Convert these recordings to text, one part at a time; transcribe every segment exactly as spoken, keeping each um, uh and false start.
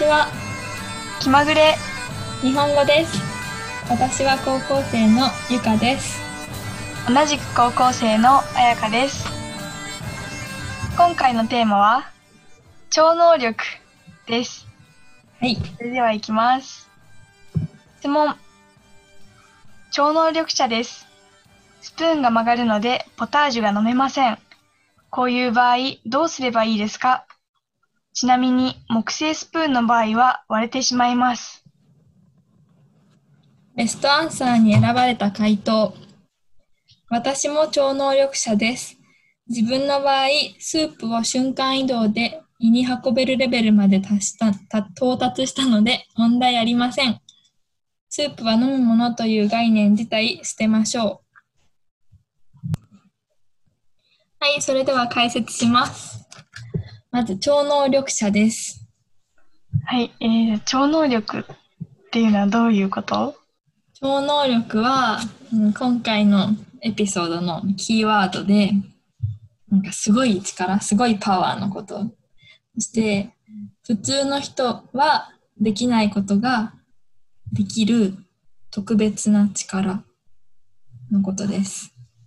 ちは。 気まぐれ日本語です。私は高校生のゆかです。 同じく高校生のあやかです。今回のテーマは超能力です。 はい。 それでは行きます。質問。超能力者です。スプーンが曲がるのでポタージュが飲めません。こういう場合どうすればいいですか？ちなみに木製スプーンの場合は割れてしまいます。 ベストアンサーに選ばれた回答。私も超能力者です。自分の場合、スープを瞬間移動で胃に運べるレベルまで達したた到達したので問題ありません。スープは飲むものという概念自体捨てましょう。はい、それでは解説します。まず、超能力者です。 はい、えー、超能力っていうのはどういうこと？ 超能力は、うん、今回のエピソードのキーワードで、なんかすごい力、すごいパワーのこと。そして、普通の人はできないことができる特別な力のことです。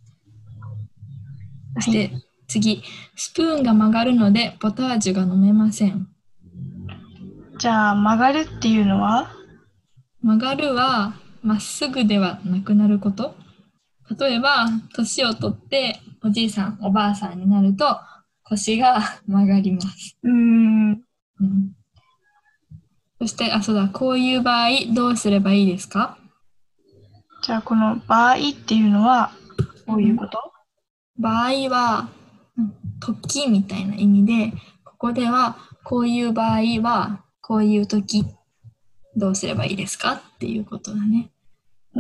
そして、はい、次、スプーンが曲がるのでポタージュが飲めません。 じゃあ曲がるっていうのは？ 曲がるはまっすぐではなくなること。例えば、年を取っておじいさん、おばあさんになると腰が曲がります。 うーん。うん、 そして、あ、そうだ、こういう場合どうすればいいですか？ じゃあこの場合っていうのはどういうこと？ うん、場合は、時みたいな意味で、ここではこういう場合はこういう時どうすればいいですかっていうことだね。 うん。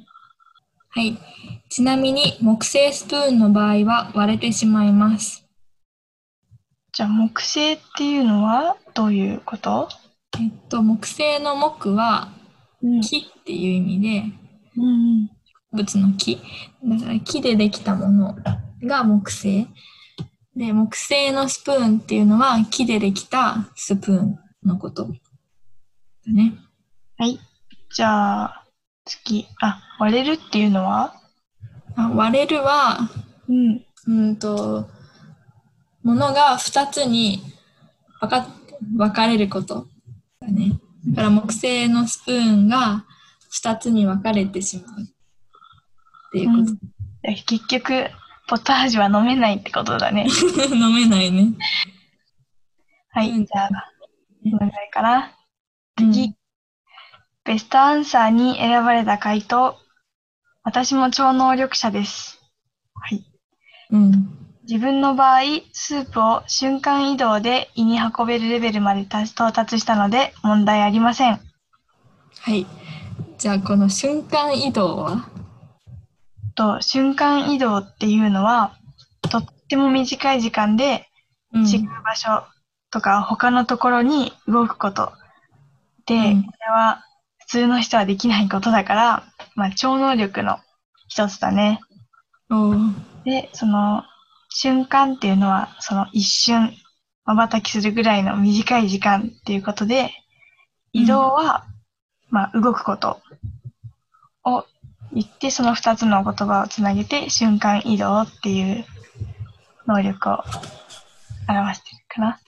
はい。ちなみに木製スプーンの場合は割れてしまいます。 じゃあ木製っていうのはどういうこと？ えっと、木製の木は木っていう意味で、 うん、 植物の木。だから木でできたものが木製。で、木製のスプーンっていうのは木でできたスプーンのことだね。 はい。じゃあ次、あ、割れるっていうのは？ あ、割れるは、 うん、 うんと、ものが二つに分か分かれることだね。だから木製のスプーンが二つに分かれてしまうっていうこと。 うん、結局ポタージュは飲めないってことだね。 飲めないね。 はい、 うん、 じゃあお願いかな。 うん、 次、ベストアンサーに選ばれた回答。私も超能力者です。はい。 うん。 自分の場合、スープを瞬間移動で胃に運べるレベルまで到達したので問題ありません。 はい。じゃあこの瞬間移動は？ と瞬間移動っていうのは、とっても短い時間で違う場所とか他のところに動くことで、うん、これは普通の人はできないことだから、まあ、超能力の一つだね。で、その瞬間っていうのはその一瞬瞬きするぐらいの短い時間っていうことで、移動は、うん、まあ動くことを言って、その二つの言葉をつなげて瞬間移動っていう能力を表してるかな。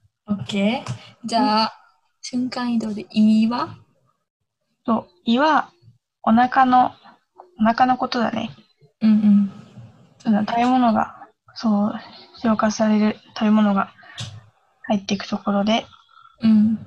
OK。じゃあ、瞬間移動で胃は？ と、胃はお腹のお腹のことだね。 うんうん。 その食べ物がそう消化される食べ物が入っていくところで、 うん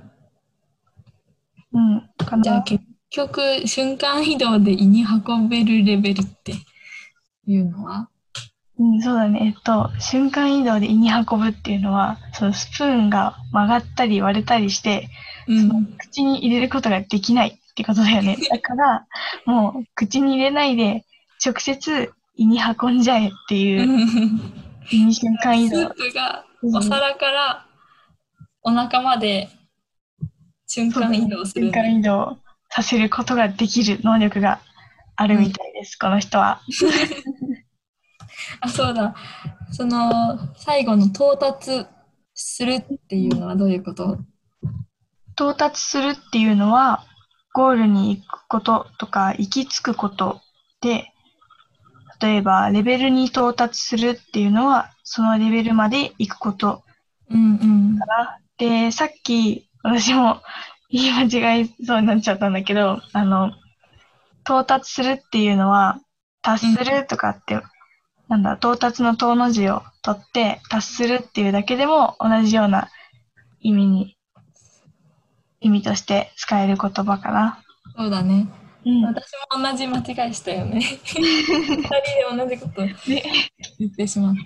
うんかな。 じゃあ結局瞬間移動で胃に運べるレベルっていうのは？ うん、そうだね。えっと、瞬間移動で胃に運ぶっていうのは、そのスプーンが曲がったり割れたりして、うん、その口に入れることができないってことだよね。だから、もう口に入れないで、直接胃に運んじゃえっていう、胃に瞬間移動。 スープがお皿からお腹まで瞬間移動する、 ね、瞬間移動させることができる能力があるみたいです、うん、この人は。 あ、そうだ。その最後の到達するっていうのはどういうこと？ 到達するっていうのは、ゴールに行くこととか、行き着くことで、例えば、レベルに到達するっていうのは、そのレベルまで行くことうんうんかな。で、さっき、私も言い間違いそうになっちゃったんだけど、あの、到達するっていうのは、達するとかって、なんだ、到達の到の字を取って、達するっていうだけでも同じような意味に、意味として使える言葉かな。 そうだね。 うん。 私も同じ間違いしたよね。二人で同じことで、 言ってしまった。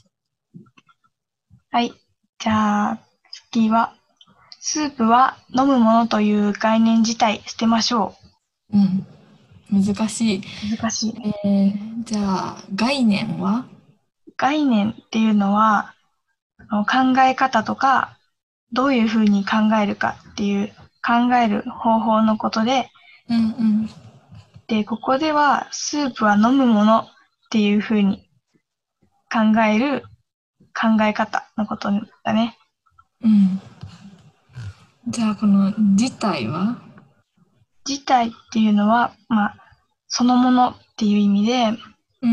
はい。じゃあ、次は、スープは飲むものという概念自体捨てましょうん。難しい。 う。難しいね。 えー、じゃあ、概念は？ 概念っていうのは、あの考え方とか、どういうふうに考えるかっていう考える方法のことで、 うんうん。 で、ここではスープは飲むものっていうふうに考える考え方のことだね。 うん。じゃあ、この自体は？ 自体っていうのは、まあ、そのものっていう意味で、 うん。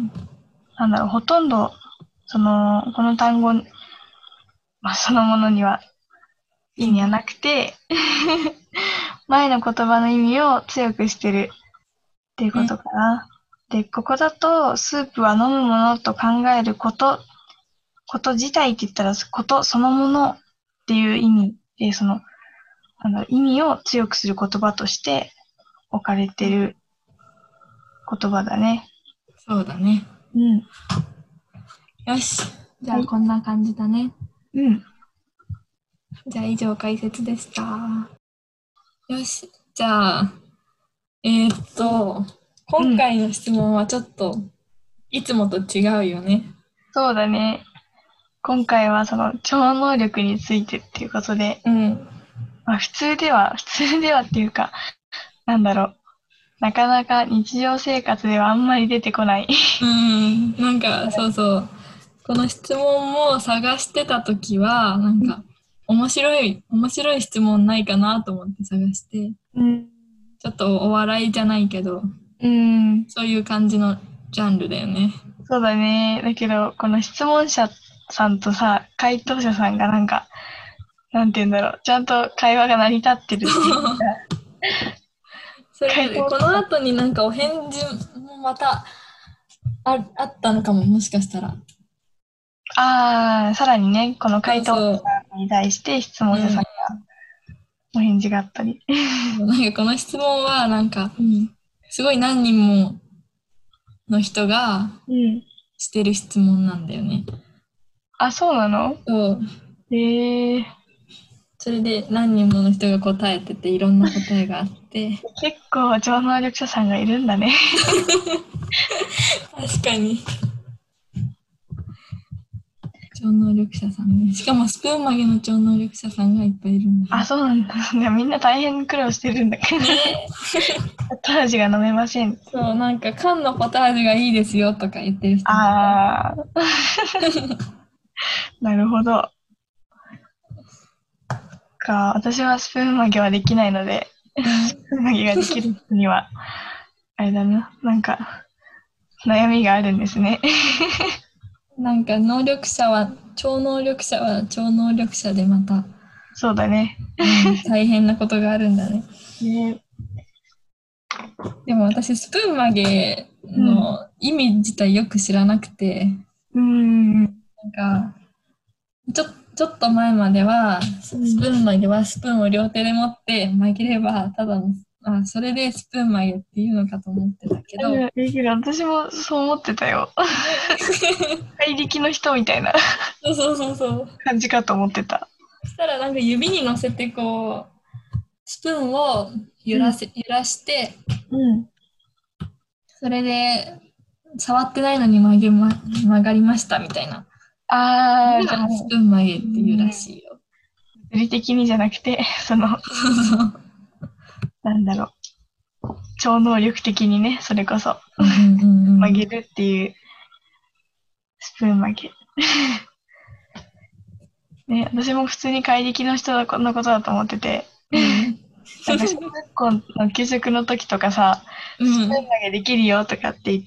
なんだろう、ほとんど、その、この単語、まあ、そのものには意味はなくて、前の言葉の意味を強くしてるっていううん。 ことかな。で、ここだと、スープは飲むものと考えること、こと自体って言ったら、ことそのものっていう意味で、その、あの、意味を強くする言葉として置かれてる言葉だね。 そうだね。 うん。 よし。じゃあ、 はい。 こんな感じだね。 うん。 じゃあ、以上解説でした。よし。じゃあ、えーっと、 うん。 今回の質問はちょっと、いつもと違うよね。 そうだね。今回はその超能力についてっていうことで、 うん。 まあ普通では、普通ではっていうか、なんだろう。なかなか日常生活ではあんまり出てこない。 うん。なんか、そうそう。この質問も探してたときは、なんか、面白い、面白い質問ないかなと思って探して、 うん。 ちょっとお笑いじゃないけど、 うん。 そういう感じのジャンルだよね。 そうだね。だけど、この質問者さんとさ、回答者さんがなんか、なんて言うんだろう。ちゃんと会話が成り立ってるっていうか、 それで、 回答この後になんかお返事もまたあ、あったのかも、もしかしたら。 ああ、さらにね、このそ回答者うそう。 さんに対して質うん。 問者さんがお返事があったり。 なんかこの質問は、なんか、 うん。 すごい何人もの人がうん。 してる質問なんだよね。 あ、そうなの？ そう。 へえ。 それで何人もの人が答えてて、いろんな答えがあって。 結構超能力者さんがいるんだね。 確かに。超能力者さんね。しかもスプーン曲げの超能力者さんがいっぱいいるんだあ、 よ。 そうなんだ。いやみんな大変苦労してるんだけど。 ね。 ポタージュが飲めません。 そう、なんか缶のポタージュがいいですよとか言ってる人もいた。 ああ、なるほど。か、私はスプーン曲げはできないので、スプーン曲げができる人には、あれだな、なんか、悩みがあるんですね。 なんか能力者は、超能力者は超能力者でまた、 そうだね。 うん、大変なことがあるんだね。 ね。 でも私、スプーン曲げうん。 の意味自体よく知らなくて、 うん。 なんか、ちょ、ちょっと前までは、ススプーン曲げはスプーンを両手で持って曲げれば、ただの、あ、それでスプーン曲げっていうのかと思ってたけど、 うん、いいけど、私もそう思ってたよ。 ね。 怪力の人みたいなそうそうそうそう。 感じかと思ってた。 そしたらなんか指に乗せてこう、スプーンを揺うん。 らせ、揺らして、 うん。 それで触ってないのに曲げま、曲がりましたみたいな。 ああ、じゃあがスプーもン曲げっう、うていうらん、 しいよ。 物理的にじゃなくて、その、なんだろう、超能力的にね、それこそ、 うんうんうんうん。 曲げるっていう、スプーン曲げ。 ね、私も普通に怪力の人のことだと思ってて、 うん。 なんか小学校の給食の時とかさ、 うスプーン投ん。 げできるよとかって言って、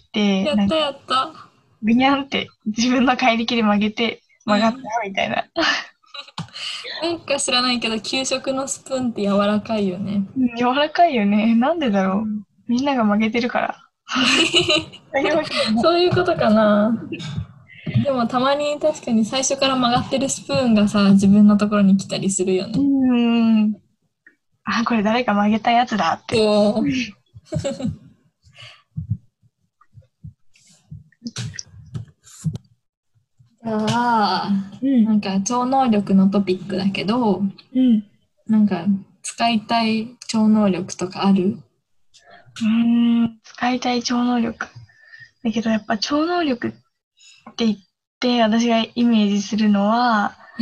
なんかやったやった。 ぐにゃんって自分の怪力で曲げて、曲がったうん。 みたいな。 なんか知らないけど、給食のスプーンって柔らかいよね。 うん柔らかいよね。なんでだろうん。 う。みんなが曲げてるから。そういうわけじゃない。 そういうことかな。でもたまに確かに最初から曲がってるスプーンがさ、自分のところに来たりするようね。 ーん。あ、これ誰か曲げたやつだって。 そう。じゃあ、 うん。 なんか超能力のトピックだけど、 うん。 なんか使いたい超能力とかある？ うーん。使いたい超能力。だけどやっぱ超能力って言って私がイメージするのは、 うん。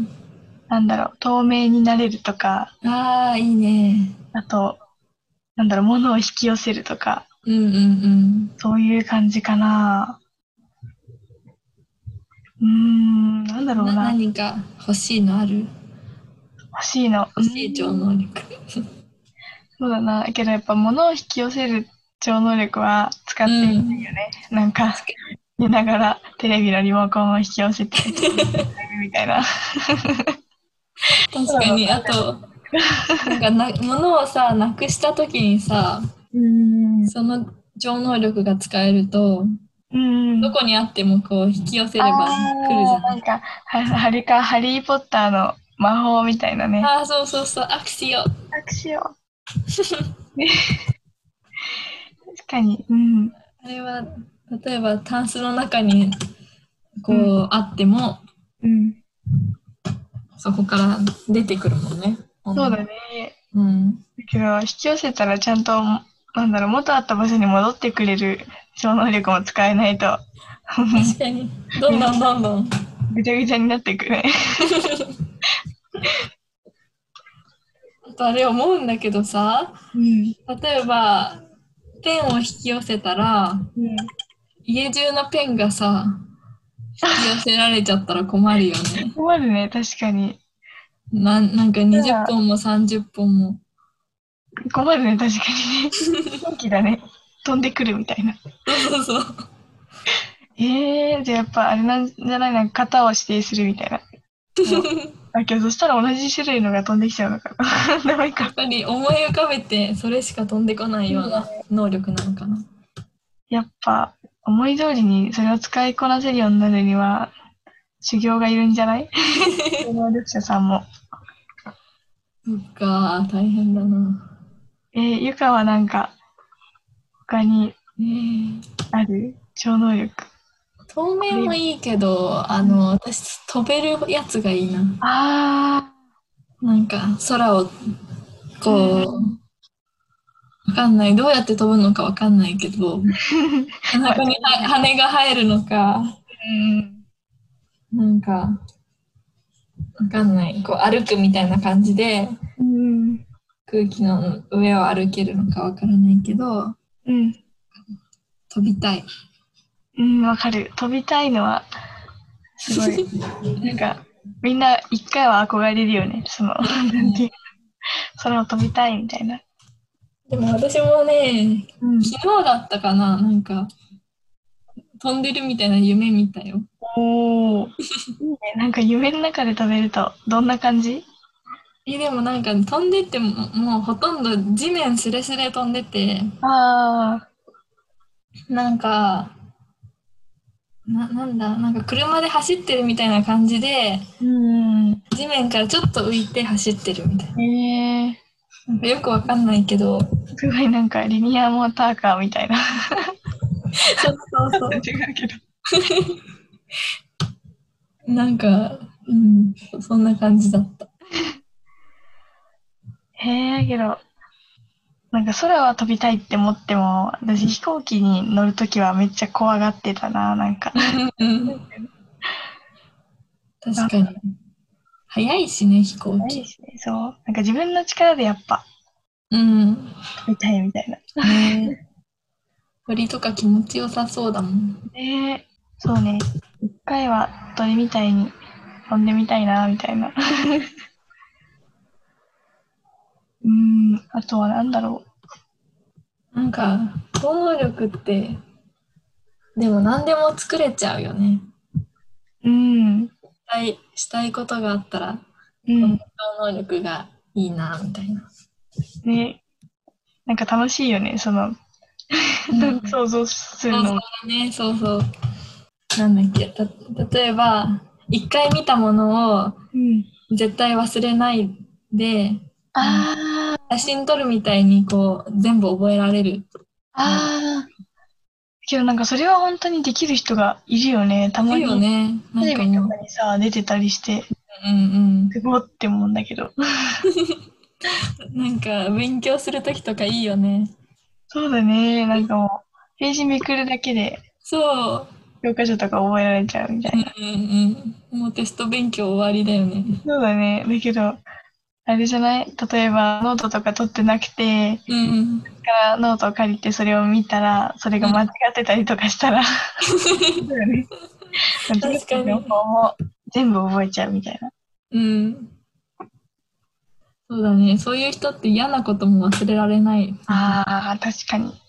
なんだろう、透明になれるとか、 ああ、いいね。 あと、なんだろう、物を引き寄せるとか、 うんうんそういう感じかな。うーん、なんだうん。な、 ろうな。 何か欲しいのある？ 欲しいの。うー欲しい超ん、 能力。 そうだな。けどやっぱ物を引き寄せる超能力は使うってみたいん。 よね。なんか、 確か寝ながらテレビのリモコンを引き寄せて、みたいな。 に。 そうなの。 確かに。あと、なんかな、物をさ、なくした時にさ、 うーん。うその超能力が使えると、 ーん。 どこにあってもこう引き寄せあれば来るじゃー、 ん。 なんか、は、はるか、ハリーポッターの魔法みたいなね。 ああ、そうそうそう、アクシオ。 握手を。ね、確かに。うん。 あれは、例えばタンスの中にうん。 こうあっても、 うん。 そこから出てくるもんね。 そうだね。 うん。 だけど、引き寄せたらちゃんと、なんだろう、元あった場所に戻ってくれる超能力も使えないと、 確かに。どんどんどんどん。 ぐちゃぐちゃになっていくね。 あとあれ思うんだけどさ、 うん。 例えば、ペンを引き寄せたら、 うん。 家中のペンがさ、引き寄せられちゃったら困るよね。 困るね、確かに。 なん、なんか20 じゃあ、 本もさんじゅっぽんも。 困るね、確かにね。元気だね。飛んでくるみたいな。 そうそうそう。 ええー、じゃあやっぱあれなんじゃないなんか型を指定するみたいな。もう、だけどそしたら同じ種類のが飛んできちゃうのかな。ダメか。 やっぱり思い浮かべてそれしか飛んでこないような能力なのかな。 やっぱ、思い通りにそれを使いこなせるようになるには、修行がいるんじゃない？能力者さんも。 そっか、大変だな。 えー、ゆかはなんか、他にねある超能力。 え、透これ、 明もいいけど、あの、私、飛べるやつがいいな。 あなんか、空を、 ー、うん。 こう、わかんない。どうやって飛ぶのかわかんないけど、背まあ、 中には羽が生えるのか、 うん。 なんか、わかんない。こう、歩くみたいな感じで、 うん。 空気の上を歩けるのかわからないけど、 うん。 飛びたい。 うん、わかる。飛びたいのは、すごい。なんか、みんな一回は憧れるよね。その、なんていう、空を飛びたいみたいな。 でも私もね、 うん。 昨日だったかな、なんか飛んでるみたいな夢見たよ。 おー。いいね。なんか夢の中で飛べると、どんな感じ？ え、でもなんか飛んでっても、もうほとんど地面すれすれ飛んでて、 あなんか、な、なんだ、なんか車で走ってるみたいな感じで、 ー、うん。 地面からちょっと浮いて走ってるみたいな。 ええなんかよくわかんないけど、 ー、すごいなんかリニアモーターカーみたいな。 そうそうそ違う。 うけど。 なんか、うん、そそんな感じだった。 へえ、けど、なんか空は飛びたいって思っても、私飛行機に乗るときはめっちゃ怖がってたな、なんか。 うんうん。確あ、 かに。早いしね、飛行機。 ないしね、そう。なんか自分の力でやっぱうん。 飛びたいみたいな。 ねえ。鳥とか気持ちよさそうだもん。 で、そうね。一回は鳥みたいに飛んでみたいな、みたいな。うーん、あとはなんだろう。なんか、超能力って、でも何でも作れちゃうよね。 う。うん。 したい、したいことがあったら、このうん。 超能力がいいな、みたいな。 ね、なんか楽しいよね、その、 うん。 想像するそうそうの。 だね、そうそう。なんだっけ、た、例えば、一回見たものをうん。 絶対忘れないで、なんかああ、 写真撮るみたいにこう、全部覚えられる。のがああ。けどなんかそれは本当にできる人がいるよね。たいるよまにね。なテレビとんかもう、 かにさ、出てたりして、 うんすごいって思うんだけど。 うん。なんか、勉強するときとかいいよね。 そうだね。なんかもう、ページめくるだけでそう。 教科書とか覚えられちゃうみたいな。 うんうん。もうテスト勉強終わりだよね。 そうだね。だけど、あれじゃない例えばノートとか取ってなくて、 うんうん。 からノートを借りてそれを見たら、それが間違ってたりとかしたら、そうだね。間違った情確かに。 報も全部覚えちゃうみたいな。 うん。そうだね。そういう人って嫌なことも忘れられない。 ああ、確かに。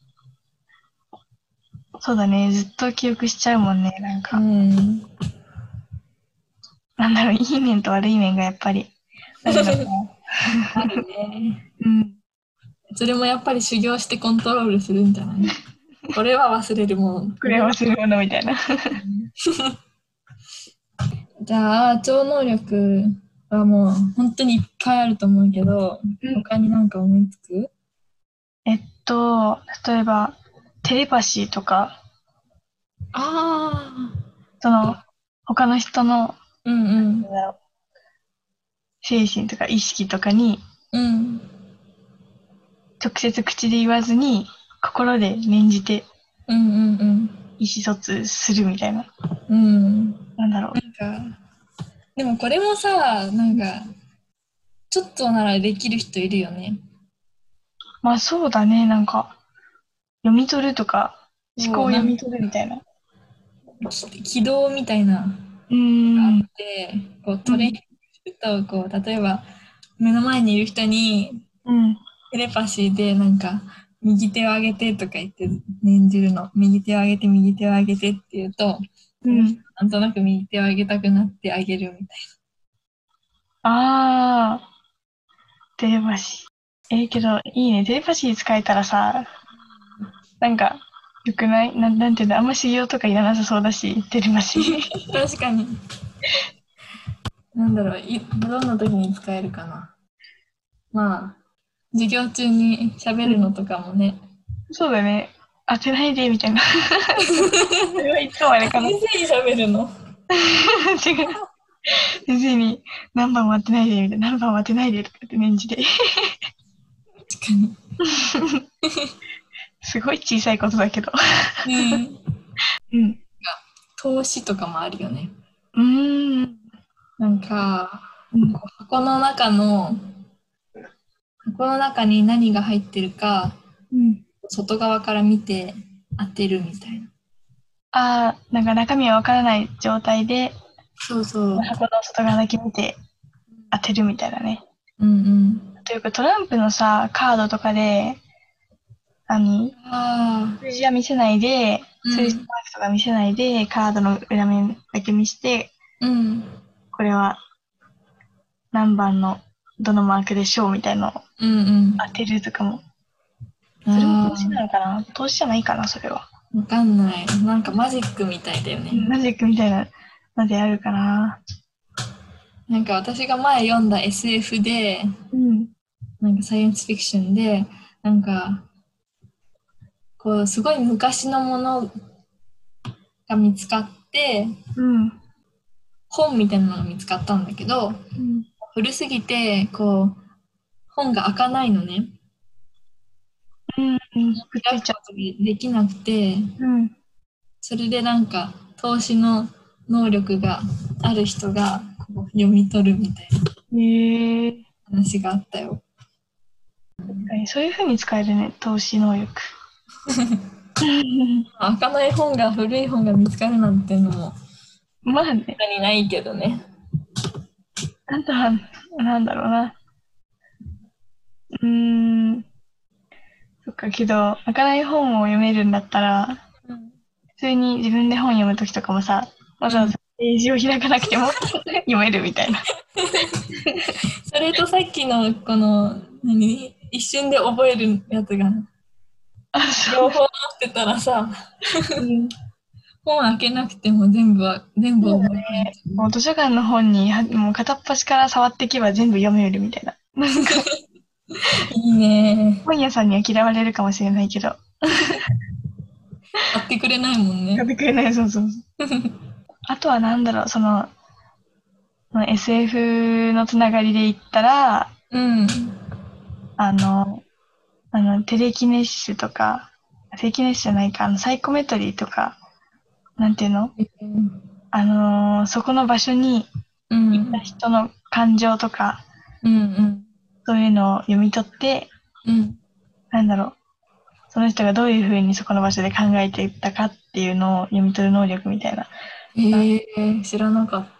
そうだね。ずっと記憶しちゃうもんね。なんうか、 ん。 なんだろう、いい面と悪い面がやっぱりあるのかな。 あるね。 うん。 それもやっぱり修行してコントロールするんじゃない。これは忘れるもの。 これは忘れ物みたいな。 じゃあ、超能力はもう本当にいっぱいあると思うけど、 うん。 他になんか思いつく？ えっと、例えば、テレパシーとか、 あその、他の人の、 あー、うんうん。 なんだろう、精神とか意識とかに、 うん。 直接口で言わずに、心で念じてうんうん意思疎通するみたいな。 うん。うん。 なんだろなんか、でもこれもさ、なんか、ちょっとならできる人いるよね。 う。まあそうだね、なんか、読み取るとか、思考そう、なんか、 を読み取るみたいな。 き軌道みたいな、 うーん。 で、こうトレーニングうん。 すると、こう、例えば、目の前にいる人に、 うん。 テレパシーで、なんか、右手を上げてとか言って念じるの。右手を上げて、右手を上げてって言うと、その人うん。 なんとなく右手を上げたくなってあげるみたいああ、テレパシー。ええけど、いいね。テレパシー使えたらさ、なんか、よくないなん、なんていうんだ、あんま修行とかいらなさそうだし、テレパシー。 な。確かに。なんだろう、い、どんな時に使えるかな。まあ、授業中に喋うん。 るのとかもね。 そうだね。当てないで、みたいな。それはいつもあれかな。 先生に喋るの。 違う。先生に、何番も当てないで、みたいな。何番も当てないで、とかって念じて。 確かに。 すごい小さいことだけど。 うん。 うん。 投資とかもあるよね。 うーん。 なんか、 うん。 こう箱の中の、箱の中に何が入ってるか、 うん。 外側から見て当てるみたいな。 ああ、なんか中身はわからない状態で、 そうそう。 箱の外側だけ見て当てるみたいなね。 うんうん。 というか、トランプのさ、カードとかで、何ああ、 数字は見せないで、 う数字マーん。 クとか見せないで、カードの裏面だけ見して、 うん。 これは何番のどのマークでしょうみたいのをうんうん。 当てるとかも。それも投資なあのかな投資じゃないかなそれは。 あ、わかんない。なんかマジックみたいだよね。 マジックみたいなのであるかな。 なんか私が前読んだ エスエフ で、 うん。 なんかサイエンスフィクションで、なんか、こう、すごい昔のものが見つかって、 うん。 本みたいなのが見つかったんだけど、 うん。 古すぎて、こう、本が開かないのね。 うん。うん。くっついちゃ開くことができなくて、 う。うん。 それでなんか、投資の能力がある人がこう読み取るみたいなへえ。 話があったよ。 そういう風に使えるね、投資能力。 開かない本が、古い本が見つかるなんてのもまあね。 他にないけどね。 あとは、なんだろうな。うーん。そっか、けど、開かない本を読めるんだったら、 うん。 普通に自分で本読むときとかもさ、わざわざページを開かなくても読めるみたいな。 それとさっきのこの、何一瞬で覚えるやつが、 あ、そう。 両方持ってたらさ、 うん。 本開けなくても全部は、全部そうだ覚えられね。 ちゃう。 もう図書館の本には、もう片っ端から触っていけば全部読めるみたいな。なんか、 いいね。 本屋さんには嫌われるかもしれないけど、 買ってくれないもんね。 買ってくれない、そうそうそう。あとはなんだろう、その、その エスエフ のつながりで言ったら、 うん。 あの、あの、テレキネシスとか、テレキネシスじゃないか、あの、サイコメトリーとか、なんていうのあのーそこの場所にういたん。 人の感情とか、 うん。 そういうのを読み取って、 うん。 なんだろう、その人がどういうふうにそこの場所で考えていったかっていうのを読み取る能力みたいな。なへえ、知らなかった。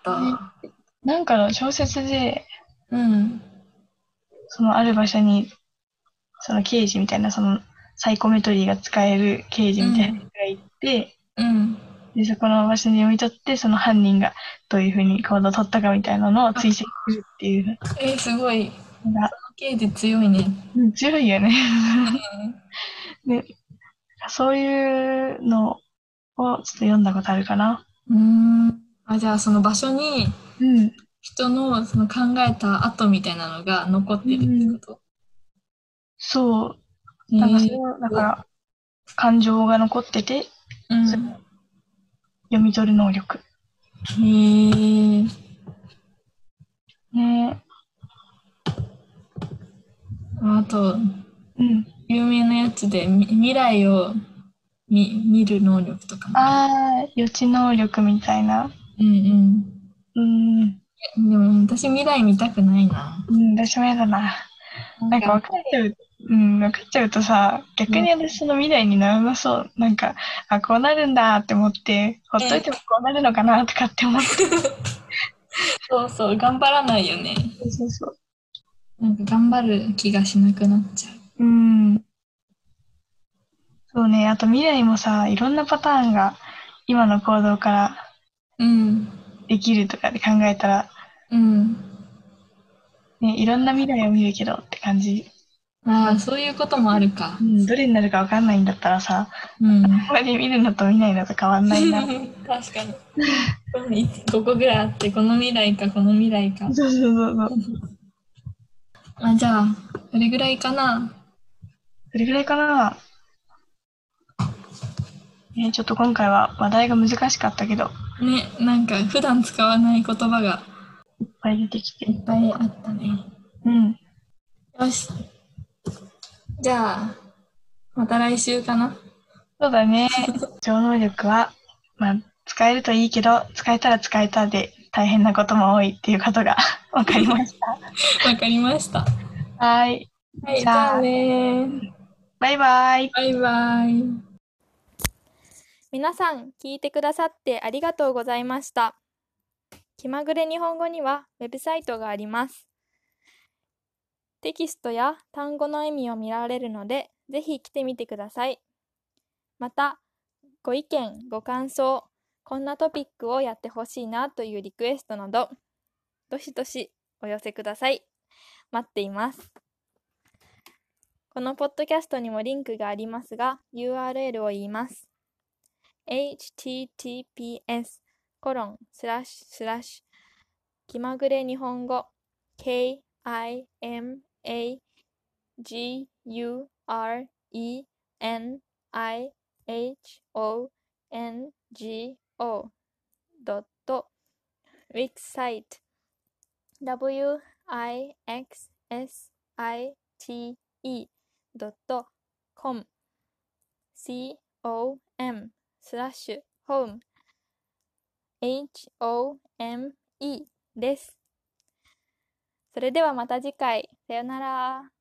なんかの小説で、 うん。 そのある場所に、その刑事みたいな、そのサイコメトリーが使える刑事みたいな人うん。 がいて、 うん。 で、そこの場所に読み取って、その犯人がどういうふうに行動を取ったかみたいなのを追跡するっていうえー、すごい。 のが、 その刑事強いね。 うん強いよね。 うんで、そういうのをちょっと読んだことあるかな。 うーん。あ、じゃあその場所にうん。 人のその考えた後みたいなのが残っうてるってこん。 と？ そう。 えー、 なんかそれは、だから、感情が残ってて、 うん。 読み取る能力。 へえ。 ねあと、 うん。 有名なやつでみ未来を見、見る能力とかもある。 ああ、予知能力みたいな。 うんうん。 うん。でも私未来見たくないな。 うん、私もやだな。 なんか、 なんか分かっちゃう、うん、分かっちゃうとさ、逆に私その未来にならなそう。なんか、あ、こうなるんだって思って、ほっといてもこうなるのかなとかって思って。 そうそう、頑張らないよね。 そうそうそう。 なんか頑張る気がしなくなっちゃうん。そうね。あと未来もさ、いろんなパターンが今の行動からう。うん。 できるとかで考えたら、 うん。 ね、いろんな未来を見るけどって感じ。まあ、 ああ、そういうこともあるか。 うん、どれになるか分かんないんだったらさ、 うん。 あんまり見るのと見ないのと変わんないな。 確かに。ここぐらいあって、この未来か、この未来か。 そうそうそうそう。 あ、じゃあ、これぐらいかな。 それぐらいかな。ね、ちょっと今回は話題が難しかったけど、 ね、なんか普段使わない言葉がいっぱい出てきて。 いっぱいあったね。 うん。 よし。じゃあ、また来週かな。 そうだね。超能力は、まあ、使えるといいけど、使えたら使えたで大変なことも多いっていうことが分かりましわかりました。 た。はい。 はい、じゃあじゃあ、 ね。 バイバイ。 バイバイ。 皆さん聞いてくださってありがとうございました。気まぐれ日本語にはウェブサイトがあります。テキストや単語の意味を見られるので、ぜひ来てみてください。また、ご意見、ご感想、こんなトピックをやってほしいなというリクエストなど、どしどしお寄せください。待っています。このポッドキャストにもリンクがありますが、ユーアールエル を言います。https コロンスラッシュスラッシュ気まぐれ日本語 kimagurenihongo ドット wixsite wixsite ドット com com スラッシュホーム home です。それではまた次回。さよなら。